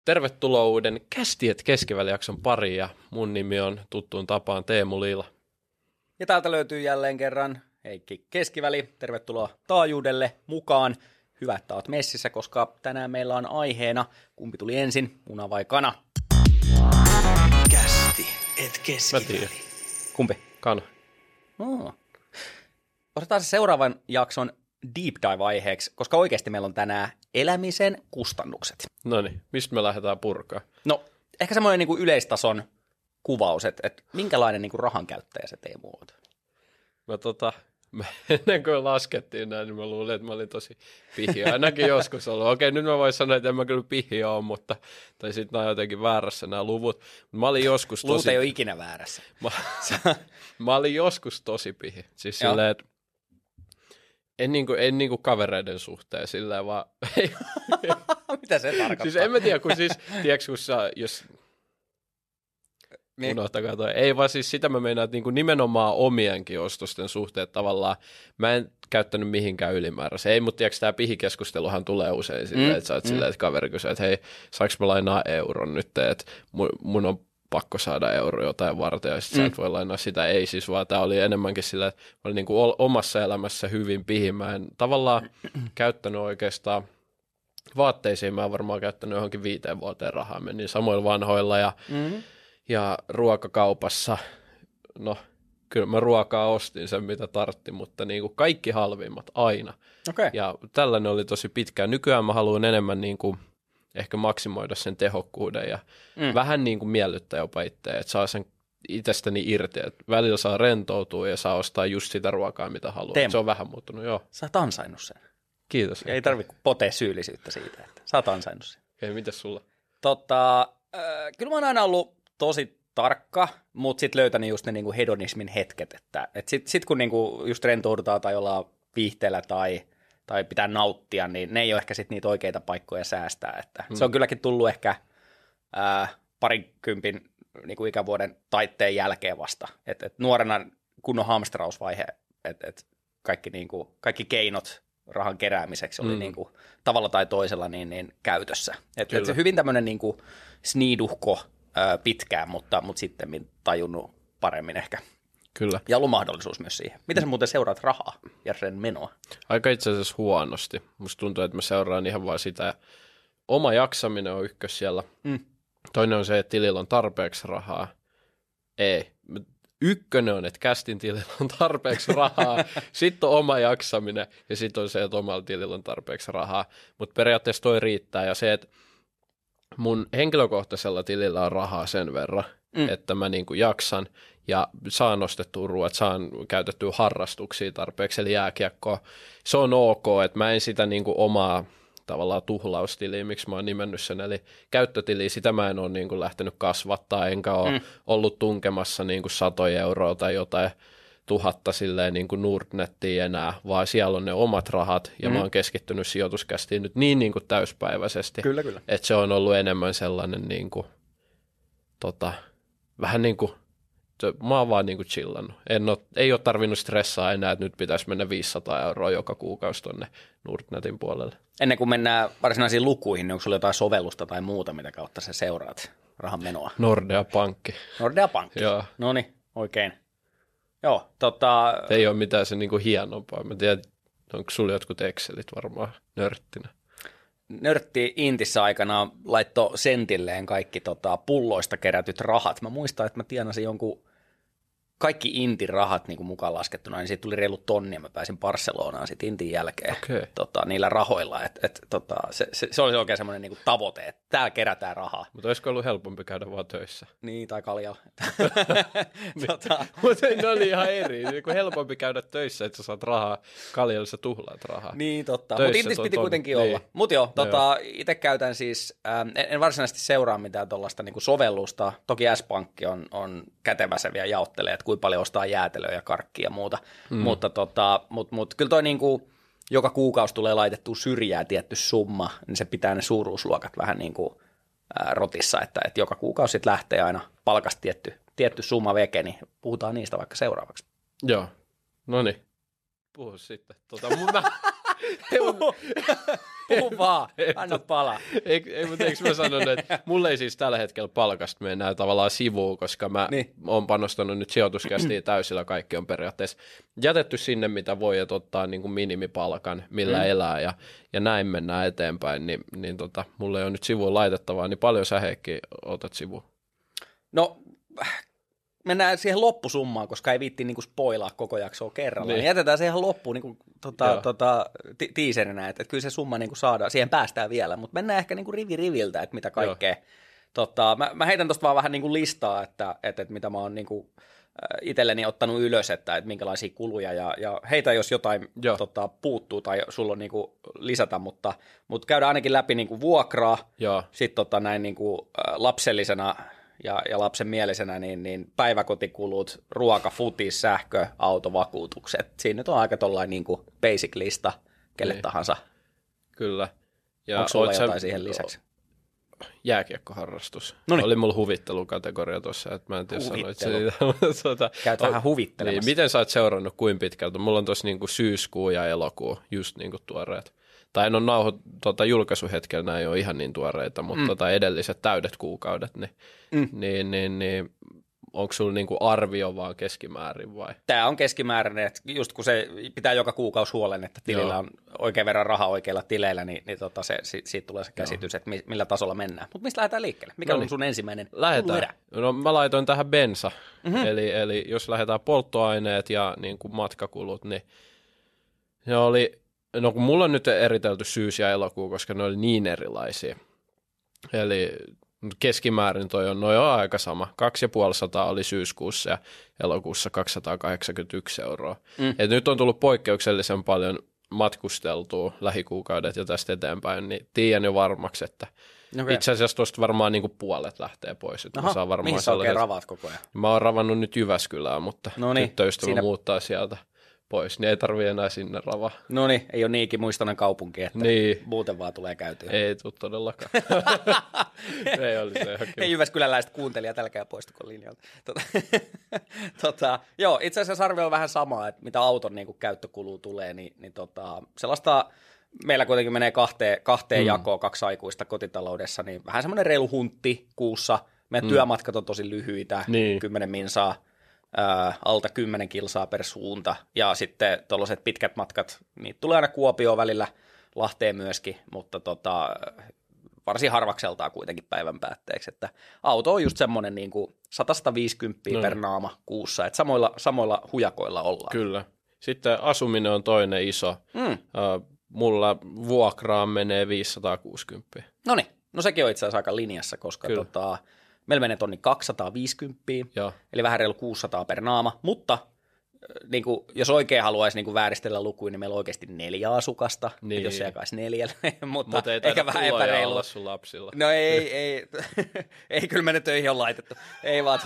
Tervetuloa uuden Kästiet keskivälijakson pariin ja mun nimi on tuttuun tapaan Teemu Liila. Ja täältä löytyy jälleen kerran Heikki Keskiväli. Tervetuloa taajuudelle mukaan. Hyvä, että oot messissä, koska tänään meillä on aiheena, kumpi tuli ensin, muna vai kana? Kästi, et keskiväli. Mä tiedän. Kumpi? Kana. Otetaan se seuraavan jakson deep dive-aiheeksi, koska oikeasti meillä on tänään elämisen kustannukset. Noniin, mistä me lähdetään purkaa? No, ehkä semmoinen niin kuin yleistason kuvaus, että minkälainen niin kuin rahankäyttäjä se Teemu oot? Mä ennen kuin laskettiin näin, niin mä luulin, että mä olin tosi pihja. Ainakin joskus ollut. Okei, nyt mä voin sanoa, että en mä kyllä pihja ole, mutta tai sitten nämä on jotenkin väärässä nämä luvut. Mä olin joskus Luvut ei ole ikinä väärässä. Mä olin joskus tosi pihja. Siis silleen, että en niinku kavereiden suhteen silleen, vaan Mitä se tarkoittaa? siis en mä tiedä, kun siis, tiedätkö, kun sä, jos Niin. unohtakaa toi. Ei vaan siis sitä mä meinaan, että niinku nimenomaan omienkin ostosten suhteet tavallaan, mä en käyttänyt mihinkään ylimääräisen. Ei, mutta tiedätkö, tämä pihikeskusteluhan tulee usein silleen, että sä oot silleen, että kaveri kysyy, että hei, saanko mä lainaa euron nyt, että mun on pakko saada euro jotain varten, ja sit sä et voi lainaa sitä. Ei siis, vaan tää oli enemmänkin sillä, että mä olin niinku omassa elämässä hyvin pihi. Mä en tavallaan käyttänyt oikeastaan vaatteisiin, mä oon varmaan käyttänyt johonkin 5 vuoteen rahaa, menin samoilla vanhoilla ja ruokakaupassa, no kyllä mä ruokaa ostin sen mitä tartti, mutta niin kuin kaikki halvimmat aina. Okay. Ja tällainen oli tosi pitkään. Nykyään mä haluan enemmän niin kuin ehkä maksimoida sen tehokkuuden ja vähän niin kuin miellyttää jopa itseä, että saa sen itsestäni irti, että välillä saa rentoutua ja saa ostaa just sitä ruokaa mitä haluaa. Se on vähän muuttunut, joo. Sä oot ansainnut sen. Kiitos. Ei tarvitse potea syyllisyyttä siitä, että sä oot ansainnut sen. Okei, mitäs sulla? Kyllä mä oon aina ollut tosi tarkka, mutta sitten löytänyt just ne niinku hedonismin hetket, että sit kun niinku just rentoudutaan tai ollaan viihteellä tai pitää nauttia, niin ne ei ole ehkä sit niitä oikeita paikkoja säästää. Että se on kylläkin tullut ehkä parikympin niinku ikävuoden taitteen jälkeen vasta. Et nuorena kunnon hamstrausvaihe, että kaikki keinot rahan keräämiseksi oli niinku tavalla tai toisella niin käytössä. Et se hyvin tämmöinen niinku sniiduhko pitkään, mutta sitten tajunnut paremmin ehkä. Kyllä. Ja ollut mahdollisuus myös siihen. Miten sä muuten seuraat rahaa ja sen menoa? Aika itse asiassa huonosti. Musta tuntuu, että mä seuraan ihan vaan sitä. Oma jaksaminen on ykkös siellä. Toinen on se, että tilillä on tarpeeksi rahaa. Ei. Ykkönen on, että Kästin tilillä on tarpeeksi rahaa. Sitten on oma jaksaminen ja sitten on se, että omalla tilillä on tarpeeksi rahaa. Mutta periaatteessa toi riittää ja se, että mun henkilökohtaisella tilillä on rahaa sen verran, että mä niinku jaksan ja saan ostettua ruoat, saan käytettyä harrastuksia tarpeeksi, eli jääkiekkoa. Se on ok, että mä en sitä niinku omaa tavallaan tuhlaustiliä, miksi mä oon nimennyt sen, eli käyttötiliä, sitä mä en ole niinku lähtenyt kasvattaa, enkä ole ollut tunkemassa niinku 100 euroa tai jotain 1000 silleen niin kuin Nordnettiin enää, vaan siellä on ne omat rahat, ja mä oon keskittynyt sijoituskästiin nyt niin kuin täyspäiväisesti. Kyllä. Että se on ollut enemmän sellainen niin kuin, vähän niin kuin, mä oon vaan niin kuin chillannut. Ei ole tarvinnut stressaa enää, että nyt pitäisi mennä 500 euroa joka kuukausi tonne Nordnetin puolelle. Ennen kuin mennään varsinaisiin lukuihin, niin onko sulla jotain sovellusta tai muuta, mitä kautta sä seuraat rahan menoa? Nordea Pankki. Nordea Pankki? Joo. Noniin, oikein. Joo, ei ole mitään se niinku hienompaa. Mä tiedän, onko sulla jotkut Excelit varmaan nörttinä? Nörtti Intissä aikana laittoi sentilleen kaikki pulloista kerätyt rahat. Mä muistan, että mä tienasin jonkun kaikki Intin rahat niin kuin mukaan laskettuna, niin siitä tuli reilu tonni ja mä pääsin Barcelonaan sitten Intin jälkeen niillä rahoilla. Se oli oikein semmoinen niin kuin tavoite, että täällä kerätään rahaa. Mutta olisiko ollut helpompi käydä vaan töissä? Niin, tai kaljalla. Mutta ne oli ihan eri. Kun helpompi käydä töissä, että sä saat rahaa, kaljalla sä tuhlaat rahaa. Niin, totta. Mutta Intis piti kuitenkin olla. Mutta joo, itse käytän siis, en varsinaisesti seuraa mitään tuollaista niin kuin sovellusta. Toki S-Pankki on kätevä, se vielä jaottelee, että kuinka paljon ostaa jäätelöä ja karkkia ja muuta. Mutta kyllä toi niinku, joka kuukausi tulee laitettua syrjää tietty summa, niin se pitää ne suuruusluokat vähän niin kuin rotissa, että joka kuukausi sit lähtee aina palkasta tietty summa veke, niin puhutaan niistä vaikka seuraavaksi. Joo, no niin. Puhu sitten. Puhu vaan, anna palaa. Mutta eikö mä sanonut, että mulle ei siis tällä hetkellä palkasta mene näin tavallaan sivuun, koska mä oon panostanut nyt sijoituskästiin täysillä, kaikki on periaatteessa jätetty sinne, mitä voi, että ottaa niin kuin minimipalkan, millä elää ja näin mennään eteenpäin, niin mulle ei ole nyt sivuun laitettavaa, niin paljon sä Heikki otat sivuun? No, mennään siihen loppusummaan, koska ei viitti niinku spoilaa koko jaksoa kerralla. Niin. Jätetään se ihan loppuun niinku, tiiserinä, että kyllä se summa niinku saadaan, siihen päästään vielä, mutta mennään ehkä niinku riviltä, että mitä kaikkea. Mä heitän tuosta vaan vähän niinku listaa, että mitä mä oon niinku itselleni ottanut ylös, että minkälaisia kuluja, ja heitä jos jotain puuttuu tai sulla on niinku lisätä, mutta käydään ainakin läpi niinku vuokraa, sitten näin niinku lapsellisena ja lapsen mielisenä, niin päiväkotikulut, ruoka, futis, sähkö, autovakuutukset. Siinä nyt on aika tollainen niin kuin basic lista kelle tahansa. Kyllä. Ja onko sulla jotain siihen lisäksi? Jääkiekkoharrastus. Noniin. Oli mulla huvittelukategoria tuossa, että mä en tiedä sanoa siitä. Käyt vähän huvittelemassa. Niin, miten sä oot seurannut kuin pitkältä? Mulla on tuossa niinku syyskuu ja elokuu, just niinku tuoreet. Tai en ole julkaisuhetkellä, nämä ei ole ihan niin tuoreita, mutta edelliset täydet kuukaudet, niin onko sulla niinku arvio vaan keskimäärin vai? Tämä on keskimääräinen, että just kun se pitää joka kuukausi huolen, että tilillä on oikein verran rahaa oikeilla tileillä, niin siitä tulee se käsitys, että millä tasolla mennään. Mutta mistä lähdetään liikkeelle? Mikä on sun ensimmäinen kuluerä? No mä laitoin tähän bensa, eli jos lähdetään polttoaineet ja niin kuin matkakulut, niin ne oli... No kun mulla on nyt eritelty syys- ja elokuu, koska ne oli niin erilaisia. Eli keskimäärin toi on aika sama. 250 oli syyskuussa ja elokuussa 281 €. Et nyt on tullut poikkeuksellisen paljon matkusteltua lähikuukaudet ja tästä eteenpäin, niin tiedän jo varmaksi, että itse asiassa tuosta varmaan niin kuin puolet lähtee pois. Mihin sä oikein ravaat koko ajan? Mä oon ravannut nyt Jyväskylään, mutta tyttöystävä muuttaa sieltä pois, niin ei tarvii enää sinne ravaa. No niin, ei ole niinkin muistoinen kaupunki, että muuten vaan tulee käytyä. Ei tule todellakaan. Ei olisi se ihan kiva. Ei Jyväskyläläiset kuuntelijat, älkää poistuko linjalta. Joo, itse asiassa arvio on vähän samaa, että mitä auton niin käyttökuluu tulee, niin sellaista meillä kuitenkin menee kahteen jakoon, 2 aikuista kotitaloudessa, niin vähän semmoinen reilu huntti kuussa. Meidän työmatkat on tosi lyhyitä, 10 minsaa. Alta 10 kilsaa per suunta, ja sitten tuollaiset pitkät matkat, niitä tulee aina Kuopioon välillä, Lahteen myöskin, mutta varsin harvakseltaan kuitenkin päivän päätteeksi, että auto on just semmoinen niin kuin 150 per naama kuussa, että samoilla hujakoilla ollaan. Kyllä. Sitten asuminen on toinen iso. Mulla vuokraan menee 560. Noniin, no sekin on itse asiassa aika linjassa, koska meillä menee 250, eli vähän reilu 600 per naama, mutta niin kuin, jos oikein haluaisi niin kuin vääristellä lukuja, niin meillä on oikeasti 4 asukasta, jos se jakaisi 4, mutta ehkä vähän epäreilu. Olla sun lapsilla. No ei kyllä mene töihin on laitettu. Ei vaan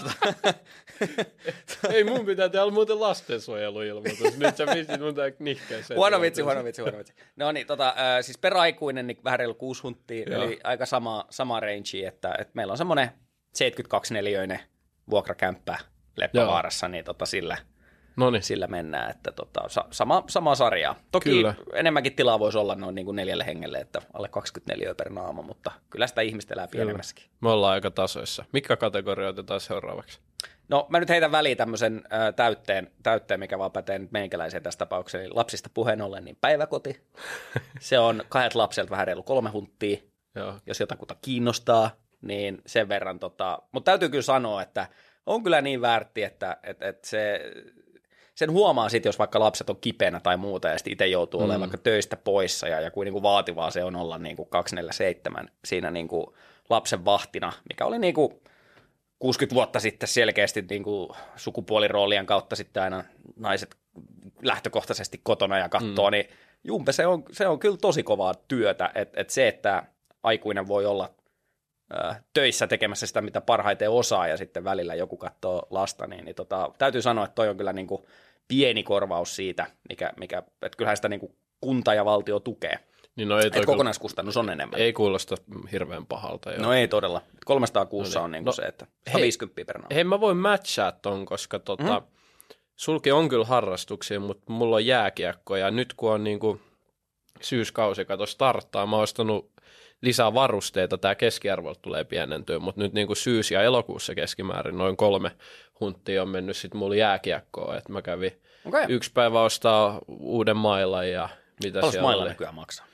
Ei mun pitää tehdä muuten lastensuojeluilmoitus. Nyt sä pistit mun tää nihkeä sen. Huono vitsi. No niin, siis per aikuinen niin vähän reilu 6 hunttia, eli aika sama range, että meillä on semmoinen 72-neliöinen vuokrakämppä Leppävaarassa, niin sillä mennään, että sama sarjaa. Toki enemmänkin tilaa voisi olla noin niin kuin 4 hengelle, että alle 24 per naama, mutta kyllä sitä ihmistä elää pienemmässäkin. Me ollaan aika tasoissa. Mikä kategoria otetaan seuraavaksi? No mä nyt heitän väliin tämmöisen täytteen, mikä vaan pätee nyt meikäläiseen tässä tapauksessa, eli lapsista puheen ollen, niin päiväkoti. Se on 2 lapselta vähän reilu 3 hunttia, jos jotakuta kiinnostaa, niin sen verran, mutta täytyy kyllä sanoa, että on kyllä niin väärti, että sen huomaa sitten, jos vaikka lapset on kipeänä tai muuta, ja sitten itse joutuu olemaan vaikka töistä poissa, ja kuin niinku vaativaa se on olla niinku 247 siinä niinku lapsen vahtina, mikä oli niinku 60 vuotta sitten selkeästi niinku sukupuoliroolien kautta sitten aina naiset lähtökohtaisesti kotona ja kattoo, niin jumpe, se on kyllä tosi kovaa työtä, että se, että aikuinen voi olla töissä tekemässä sitä, mitä parhaiten osaa, ja sitten välillä joku katsoo lasta, niin täytyy sanoa, että toi on kyllä niin kuin pieni korvaus siitä, mikä että kyllähän sitä niin kuin kunta ja valtio tukee. Niin että kokonaiskustannus on enemmän. Ei kuulosta hirveän pahalta. No ei todella. 300 kuussa on niin kuin se, että 150 per naama. Hei, mä voin matchaa ton, koska sulki on kyllä harrastuksia, mutta mulla on jääkiekko, ja nyt kun on niin kuin syyskausi kato starttaa. Mä oon ostanut lisää varusteita, tämä keskiarvolta tulee pienentyä, mutta nyt niin kuin syys- ja elokuussa keskimäärin noin 3 hunttia on mennyt sitten mulla jääkiekkoon, että mä kävin yksi päivä ostaa uuden mailan ja mitä Olis siellä mailla oli. nykyään maksaa?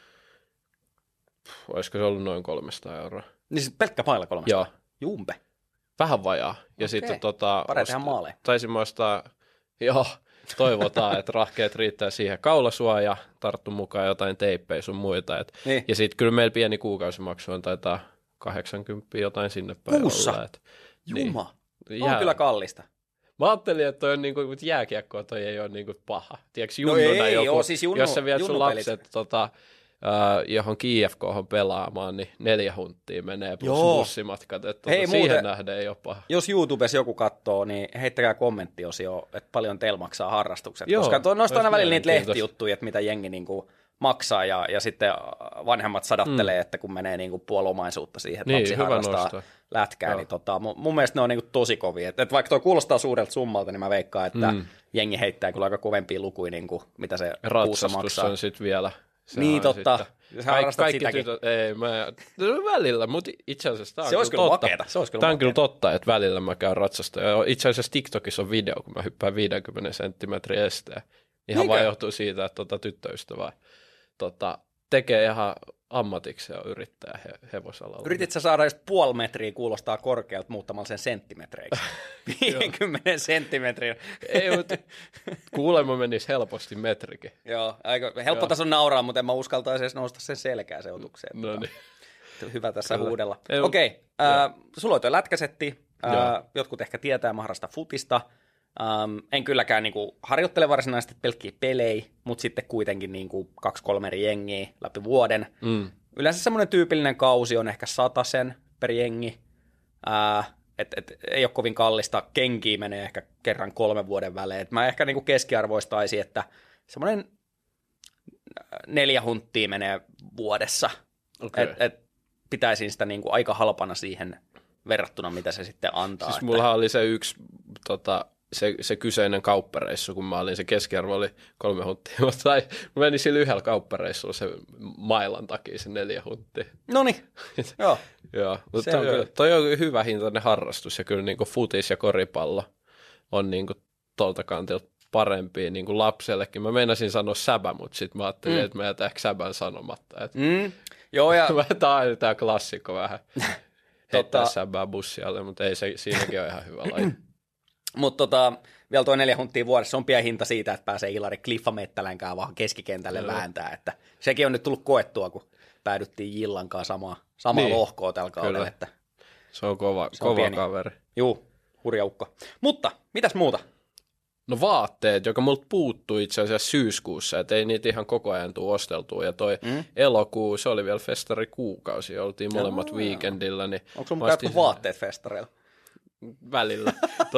Olisiko se ollut noin 300 €? Niin siis pelkkä mailla 300? Joo. Jumpe. Vähän vajaa. Ja sitten Parempi tehdä maaleja. taisin mä ostaa, joo, toivotaan, että rahkeet riittää siihen. Kaulasuoja, tarttu mukaan jotain teippejä sun muita. Niin. Ja sitten kyllä meillä pieni kuukausimaksu on, taitaa 80 jotain sinne päin Kuussa? olla. Juma. On kyllä kallista. Mä ajattelin, että toi on niinku, jääkiekkoa toi ei ole niinku paha. Tiedätkö, No junnuna ei, joku, siis jos sä viet sun junnupelit. lapset johonkin IFK:hon pelaamaan, niin 4 hunttia menee plus bussimatkat. Että Hei, siihen muuten, nähden ei ole paha. Jos YouTubessa joku katsoo, niin heittäkää kommenttiosio, että paljon teillä maksaa harrastukset. Joo, koska noista aina välillä niitä mielenkiintoista. lehtijuttuja, että mitä jengi niinku maksaa, ja sitten vanhemmat sadattelee, että kun menee niinku puolomaisuutta siihen, että Niin, lapsi hyvä harrastaa nosto. lätkää, niin mun mielestä ne on niinku tosi kovia. Et vaikka toi kuulostaa suurelta summalta, niin mä veikkaan, että jengi heittää kyllä aika kovempia lukuja, niinku, mitä se kuussa Ratsastus maksaa. on sitten vielä. Niin, totta. Sitten. Sä harrastat Kaikki sitäkin. tytöt, ei, välillä, mutta itse asiassa tämä on, Se olisi kyllä makeeta. Se olisi kyllä Tämä on kyllä makeeta. totta, että välillä mä käyn ratsasta. Ja itse asiassa TikTokissa on video, kun mä hyppään 50 senttimetrin esteen. Ihan vaan johtuu siitä, että tyttöystävää tekee ihan ammatikseen ja yrittää hevosalalla. Yritit sä saada just puoli metriä kuulostaa korkealta muuttamalla sen senttimetreiksi? 50 senttimetrin. Ei, mutta kuulemma menisi helposti metrikin. Joo, aika helppo taso nauraa, mutta en mä uskaltaisi edes nousta sen selkää seutukseen. No niin. Hyvä tässä huudella. Ei, Okei, sulla on tuo lätkäsetti. Jotkut ehkä tietää, mä harrastan futista. En kylläkään niinku harjoittele varsinaisesti pelkkiä pelejä, mutta sitten kuitenkin niinku 2-3 eri jengiä läpi vuoden. Yleensä semmoinen tyypillinen kausi on ehkä 100 per jengi. Ei ole kovin kallista. Kenkiä menee ehkä kerran 3 vuoden välein. Mä ehkä niinku keskiarvoistaisin, että semmoinen 4 hunttia menee vuodessa. Okay. Pitäisin sitä niinku aika halpana siihen verrattuna, mitä se sitten antaa. Siis mullahan oli se yksi se kyseinen kauppareissu, kun mä olin, se keskiarvo oli 3 hunttia, mutta mä menin sillä yhdellä kauppareissulla se mailan takia se 4 hunttia. Noniin, joo. Joo, mutta Se on kyllä. toi on hyvä hintainen harrastus ja kyllä niinku futis ja koripallo on niinku tuolta kantilta parempia niinku lapsellekin. Mä meinasin sanoa säbä, mutta sitten mä ajattelin, että mä jätän ehkä säbän sanomatta. Joo, ja Tämä on tämä klassikko vähän. Heittää säbää bussialle, mutta ei se, siinäkin ole ihan hyvä laji. mutta vielä tuo 4 hunttia vuodessa on pieni hinta siitä, että pääsee Ilari Kliffamettälänkään vaan keskikentälle vääntää. Että sekin on nyt tullut koettua, kun päädyttiin Jillankaan samaa lohkoa tällä kaudella. Että se on kova pieni kaveri. Juu, hurja ukko. Mutta, mitäs muuta? No vaatteet, joka multa puuttuu itse asiassa syyskuussa, että ei niitä ihan koko ajan tule osteltua. Ja toi elokuu, se oli vielä festarikuukausi, oltiin molemmat weekendillä. Niin onko sun mukaan jotkut vaatteet festareilla? Välillä.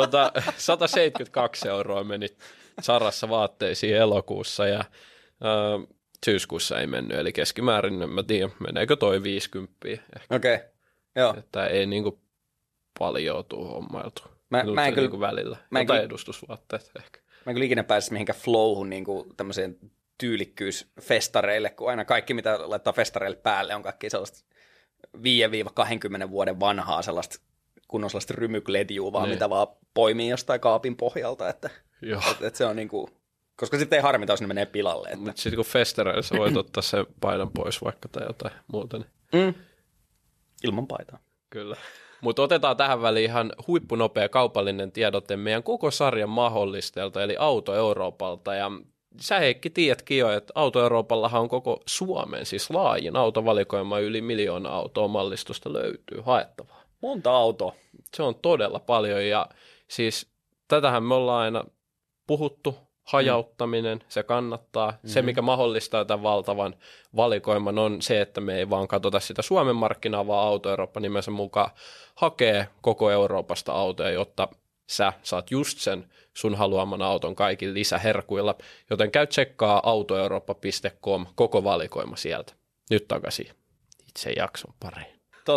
172 € meni Sarassa vaatteisiin elokuussa ja syyskuussa ei mennyt, eli keskimäärin, en mä tiedä, meneekö toi 50 ehkä. Okei, joo. Että ei niinku paljon tuu hommailtu. Mä en kyllä niinku välillä. Jotain edustusvaatteet ehkä. Mä en kyllä ikinä pääsisi mihinkään flowhun niin tämmöiseen tyylikkyysfestareille, kun aina kaikki, mitä laittaa festareille päälle, on kaikki sellaista 5-20 vuoden vanhaa sellaista kunnon sellaista rymykledjua, vaan mitä vaan poimii jostain kaapin pohjalta, että se on niinku, koska sitten ei harmita, jos ne menee pilalle. Että. Mutta sitten kun festareilla sä voit ottaa sen paidan pois vaikka tai jotain muuta. Niin. Ilman paitaa. Kyllä. Mutta otetaan tähän väliin ihan huippunopea kaupallinen tiedote meidän koko sarjan mahdollistelta, eli Auto Euroopalta. Ja sä Heikki tiedätkin jo, että Auto Euroopallahan on koko Suomen, siis laajin autovalikoima, yli 1 miljoona autoa mallistosta löytyy haettavaa. Monta autoa. Se on todella paljon ja siis tätähän me ollaan aina puhuttu, hajauttaminen, se kannattaa. Se, mikä mahdollistaa tämän valtavan valikoiman on se, että me ei vaan katsota sitä Suomen markkinaa, vaan Auto Eurooppa nimensä mukaan hakee koko Euroopasta autoja, jotta sä saat just sen sun haluaman auton kaikilla lisäherkuilla. Joten käy tsekkaa autoeurooppa.com, koko valikoima sieltä. Nyt takaisin itse jakson pariin.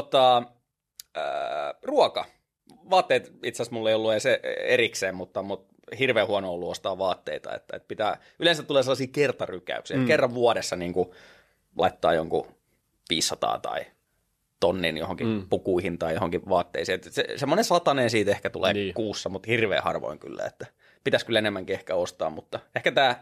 Ruoka. Vaatteet itse asiassa mulla ei ollut edes erikseen, mutta hirveän huono ollut ostaa vaatteita. Että pitää, yleensä tulee sellaisia kertarykäyksiä. Kerran vuodessa niin kuin laittaa jonkun 500 tai tonnin johonkin pukuihin tai johonkin vaatteisiin. Semmoinen 100 siitä ehkä tulee kuussa, mutta hirveän harvoin kyllä, että pitäisi kyllä enemmänkin ehkä ostaa, mutta ehkä tämä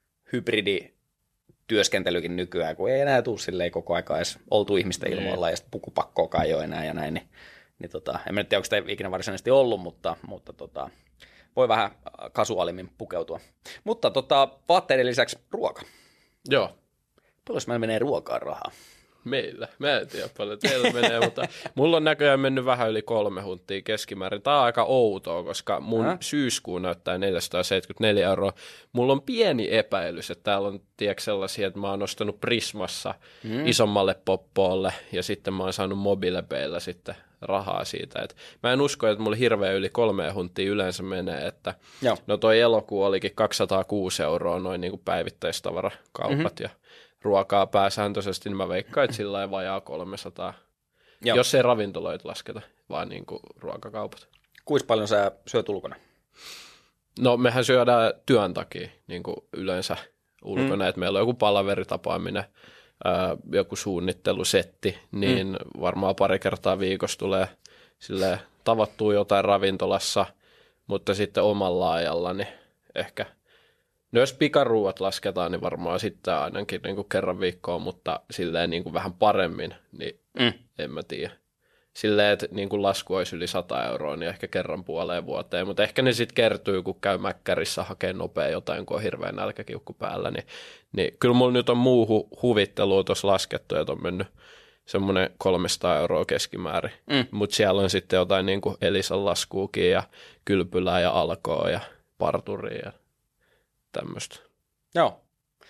hybridityöskentelykin nykyään, kun ei enää tule silleen koko aika edes oltu ihmisten ilmoilla ja sitten pukupakkoakaan ei ole enää ja näin, en mä nyt tiedä, onko sitä ikinä varsinaisesti ollut, mutta voi vähän kasuaalimmin pukeutua. Mutta vaatteiden lisäksi ruoka. Joo. Paljon meillä menee ruokaan rahaa? Meillä. Mä en tiedä paljon teillä menee, mutta mulla on näköjään mennyt vähän yli 3 hunttia keskimäärin. Tämä on aika outoa, koska mun syyskuu näyttää 474 €. Mulla on pieni epäilys, että täällä on sellaisia, että mä oon ostanut Prismassa isommalle poppoolle ja sitten mä oon saanut MobilePaylla sitten rahaa siitä. Et mä en usko, että mulla hirveän yli 3 hunttia yleensä menee, että no toi elokuu olikin 206 € noin niin kuin päivittäistavarakaupat ja ruokaa pääsääntöisesti, niin mä veikkaan, että sillä ei vajaa 300, jos ei ravintoloita lasketa, vaan niin kuin ruokakaupat. Kuinka paljon sä syöt ulkona? No mehän syödään työn takia niin kuin yleensä ulkona, että meillä on joku palaveritapaaminen, joku suunnittelusetti, niin varmaan pari kertaa viikossa tulee silleen tavattua jotain ravintolassa, mutta sitten omalla ajalla niin ehkä. No jos pikaruuat lasketaan, niin varmaan sitten ainakin niin kuin kerran viikkoon, mutta silleen niin kuin vähän paremmin, niin en mä tiedä. Silleen, että niin kuin lasku olisi yli 100 €, niin ehkä kerran puoleen vuoteen, mutta ehkä ne sitten kertyy, kun käy mäkkärissä hakee nopea jotain, kun on hirveän nälkäkiukku päällä, niin kyllä mulla nyt on muuhun huvittelua tuossa laskettu, että on mennyt semmoinen 300 € keskimäärin, mutta siellä on sitten jotain niin kuin Elisan laskuukin ja kylpylää ja alkoa ja parturia ja tämmöistä. Joo.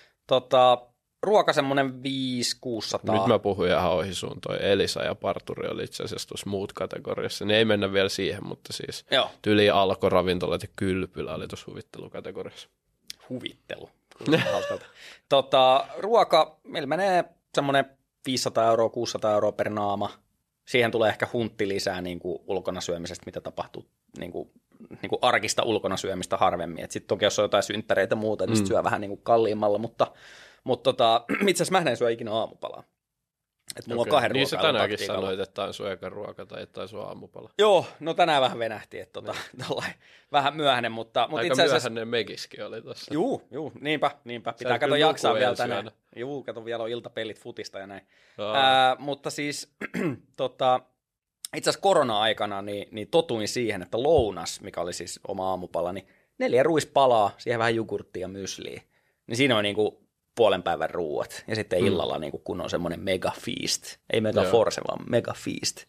Ruoka semmoinen 500-600. Nyt mä puhuin ihan ohi suun, toi Elisa ja parturi oli itse asiassa tuossa muut kategoriassa. Ne ei mennä vielä siihen, mutta siis tyli alkoi ravintolat ja kylpylä oli tuossa huvittelukategoriassa. Huvittelu. Hauskalta. Ruoka, meillä menee semmoinen 500 €, 600 € per naama. Siihen tulee ehkä huntti lisää niin kuin ulkona syömisestä, mitä tapahtuu niin kuin arkista ulkona syömistä harvemmin. Sitten toki jos on jotain synttäreitä ja muuta, niin syö vähän niin kuin kalliimmalla, mutta itse asiassa mä en syö ikinä aamupalaa. Mulla on 2 ruokaa. Niin sä tänäänkin sanoit, että tämä on sun eka ruoka tai että tämä on sun aamupala. Joo, no tänään vähän venähti, että vähän myöhäinen, mutta aika itse asiassa myöhäinen Megiskin oli tuossa. Juu, niinpä. Pitää katsoa jaksaa vielä tänään. Juu, kato vielä on iltapelit futista ja näin. Mutta siis itse asiassa korona-aikana niin totuin siihen, että lounas, mikä oli siis oma aamupala, niin 4 ruispalaa, siihen vähän jogurttia ja mysliä. Niin siinä on niinku puolen päivän ruuat. Ja sitten illalla niinku kun on semmoinen mega feast. Ei mega force, vaan mega feast.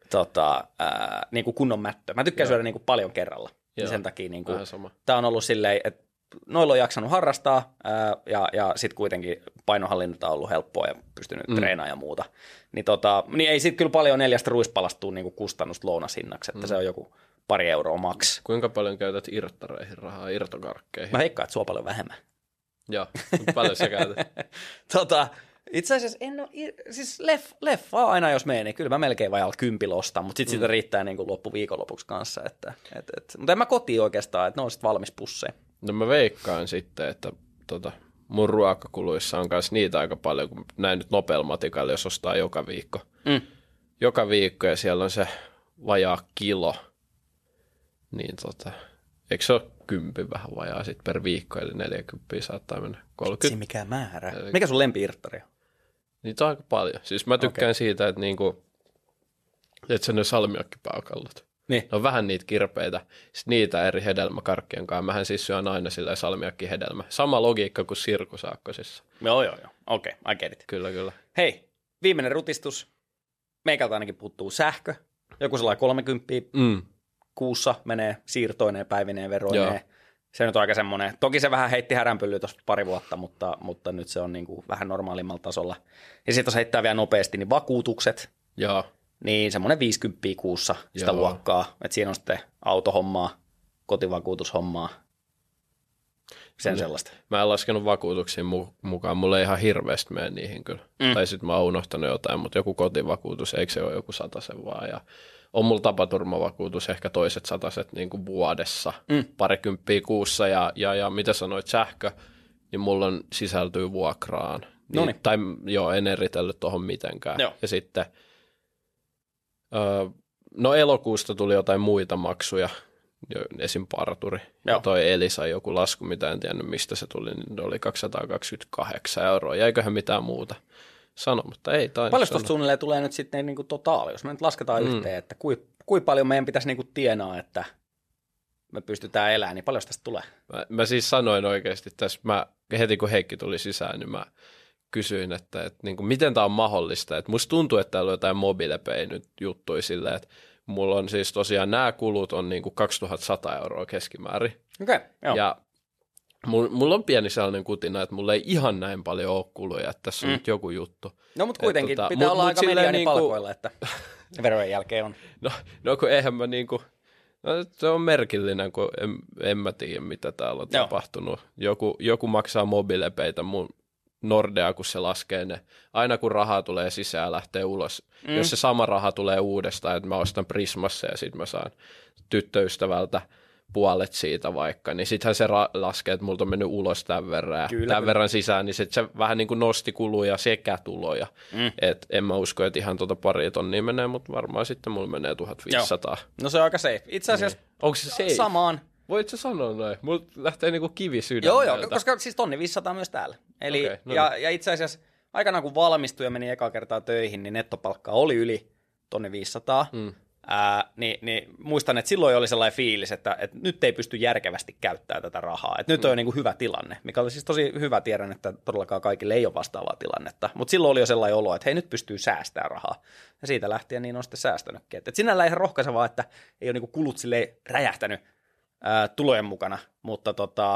Niinku kunnon mättö. Mä tykkään syödä niinku paljon kerralla. Ja sen takia niinku, tää on ollut silleen, että noilla on jaksanut harrastaa ja sitten kuitenkin painohallinta on ollut helppoa ja pystynyt treenaamaan ja muuta. Niin ei sitten kyllä paljon 4 ruispalasta tule niinku kustannusta lounashinnaksi, että se on joku 2 € maks. Kuinka paljon käytät irttareihin rahaa, irtokarkkeihin? Mä veikkaan, että sua paljon vähemmän. Joo, mutta paljon sä käytät? Itse asiassa siis leffa aina jos menee, niin kyllä mä melkein vajalla 10 ostan, mutta sitten sitä riittää niin kuin loppuviikonlopuksi kanssa. Mutta en mä kotiin oikeastaan, että ne on sitten valmis pusseja. No mä veikkaan sitten, että mun ruokakuluissa on myös niitä aika paljon, kun näin nyt nopealla matikalla, jos ostaa joka viikko. Joka viikko ja siellä on se vajaa kilo, niin eikö se ole 10 vähän vajaa sitten per viikko, eli 40 saattaa mennä 30. Vitsi, mikä määrä. Mikä sun lempi-irttari on? Niitä on aika paljon. Siis mä tykkään siitä, että niinku, että se ne salmiakkipääkallot. Niin. Ne on vähän niitä kirpeitä. Sitten niitä eri hedelmäkarkkien kanssa. Mähän siis syön aina sillä salmiakkihedelmä. Sama logiikka kuin sirkusaakkosissa. Joo. Okei, I get it. Kyllä. Hei, viimeinen rutistus. Meikältä ainakin puuttuu sähkö. Joku sellainen 30 kuussa menee siirtoineen, päivineen, veroineen. Joo. Se nyt on aika semmoinen. Toki se vähän heitti häränpyllyä tuossa pari vuotta, mutta nyt se on niin kuin vähän normaalimmalla tasolla. Ja sitten jos heittää vielä nopeasti, niin vakuutukset. Joo. Niin semmoinen 50 kuussa sitä luokkaa. Että siinä on sitten autohommaa, kotivakuutushommaa, sen sellaista. Mä en laskenut vakuutuksiin mukaan. Mulla ei ihan hirveästi mene niihin kyllä. Tai sitten mä oon unohtanut jotain, mutta joku kotivakuutus, eikö se ole joku 100 vaan. Ja on mulla tapaturmavakuutus, ehkä toiset 100 niin kuin vuodessa, parikymppiä kuussa ja mitä sanoit, sähkö, niin mulla sisältyy vuokraan Tai joo, en eritellyt tuohon mitenkään. Joo. Ja sitten, no elokuusta tuli jotain muita maksuja, esim. Parturi. Ja toi Elisa joku lasku, mitä en tiennyt mistä se tuli, niin oli 228 €. Jäiköhän mitään muuta sanomatta? Ei tainnut. Paljon tuosta suunnilleen tulee nyt sitten niin kuin totaali, jos me nyt lasketaan yhteen, että kuinka paljon meidän pitäisi niin kuin tienaa, että me pystytään elämään, niin paljon tästä tulee? Mä siis sanoin oikeasti tässä, heti kun Heikki tuli sisään, niin mä kysyin, että niin kuin, miten tämä on mahdollista. Että musta tuntuu, että täällä on jotain MobilePay nyt juttui silleen, että mulla on siis tosiaan nämä kulut on niin kuin 2100 € keskimäärin. Okei, joo. Ja mulla on pieni sellainen kutina, että mulla ei ihan näin paljon ole kuluja, että tässä on nyt joku juttu. No mutta kuitenkin pitää olla aika mediaanipalkoilla, että verojen jälkeen on. No kun eihän mä niinku, no se on merkillinen, kun en mä tiedä, mitä täällä on tapahtunut. Joku maksaa MobilePaytä mun Nordea, kun se laskee ne. Aina kun rahaa tulee sisään, lähtee ulos. Jos se sama raha tulee uudestaan, että mä ostan Prismassa ja sitten mä saan tyttöystävältä puolet siitä vaikka, niin sittenhän se laskee, että multa on mennyt ulos tämän verran ja tämän verran sisään, niin sit se vähän niin kuin nosti kuluja sekä tuloja. Et en mä usko, että ihan 2 tonnia menee, mutta varmaan sitten mulla menee 1500. Joo. No se on aika safe. Itse asiassa onko se safe? Samaan. Voit sä sanoa noin? Mulla lähtee niinku kivi sydämeltä. Joo, koska siis 1500 myös täällä. Eli, okay, no ja itse asiassa aikanaan kun valmistui ja meni eka kertaa töihin, niin nettopalkka oli yli 1500. Niin muistan, että silloin oli sellainen fiilis, että nyt ei pysty järkevästi käyttämään tätä rahaa. Että nyt on jo niin kuin hyvä tilanne, mikä oli siis tosi hyvä. Tiedän, että todellakaan kaikille ei ole vastaavaa tilannetta. Mutta silloin oli jo sellainen olo, että hei, nyt pystyy säästämään rahaa. Ja siitä lähtien niin on sitten säästänytkin. Että sinällään ihan rohkaisevaa, että ei ole niin kuin kulut silleen räjähtänyt tulojen mukana, mutta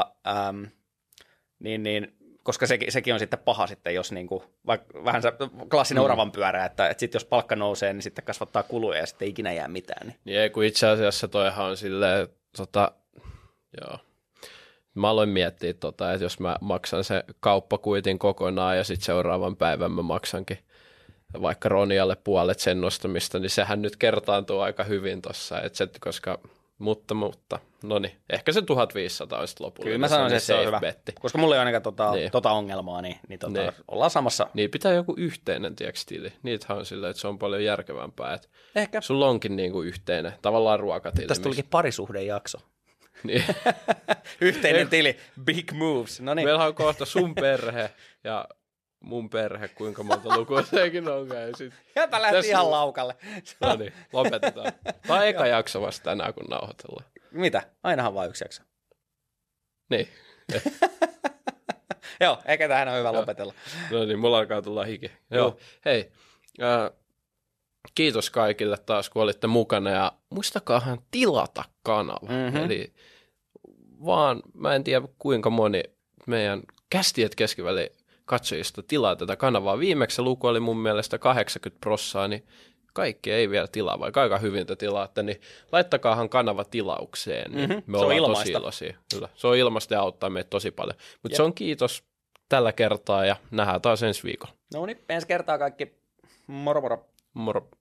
koska sekin on sitten paha sitten, jos niinku, vaikka vähän se klassinen oravan pyörä, että sitten jos palkka nousee, niin sitten kasvattaa kuluja ja sitten ei ikinä jää mitään. Niin ei, kun itse asiassa toihan on silleen, joo. Mä aloin miettiä, että jos mä maksan se kauppakuitin kokonaan ja sitten seuraavan päivän mä maksankin vaikka Ronialle puolet sen nostamista, niin sehän nyt kertaantuu aika hyvin tuossa, koska mutta, no niin, ehkä se 1500 on sitten lopullinen. Kyllä mä sanoisin, että se on hyvä, betti. Koska mulla ei ole ainakaan tota ongelmaa, niin. Ollaan samassa. Niin, pitää joku yhteinen tili. Niitähän on silleen, että se on paljon järkevämpää, että ehkä sulla onkin niinku yhteinen, tavallaan ruokatili. Tästä tulikin parisuhdejakso. Niin. Yhteinen tili, big moves. No niin. Meillä on kohta sun perhe ja mun perhe, kuinka monta lukua sekin onkaan. Jäpä lähti ihan laukalle. No niin, lopetetaan. Tämä on eka jakso vasta tänään, kun nauhoitellaan. Mitä? Ainahan vaan yksi jakso. Niin. Joo, eikä tähän ole hyvä lopetella. No niin, mulla alkaa tulla hiki. Joo, hei. Kiitos kaikille taas, kun olitte mukana ja muistakaahan tilata kanava. Eli vaan, mä en tiedä kuinka moni meidän kästiet keskiväli katsojista tilaa tätä kanavaa. Viimeksi se luku oli mun mielestä 80%, niin kaikki ei vielä tilaa, vaikka aika hyvin te tilaatte, niin laittakaahan kanava tilaukseen. Niin me ollaan tosi iloisia. Kyllä. Se on ilmaista ja auttaa meitä tosi paljon. Mutta se on kiitos tällä kertaa ja nähdään taas ensi viikolla. No niin, ensi kertaa kaikki. Moro moro. Moro.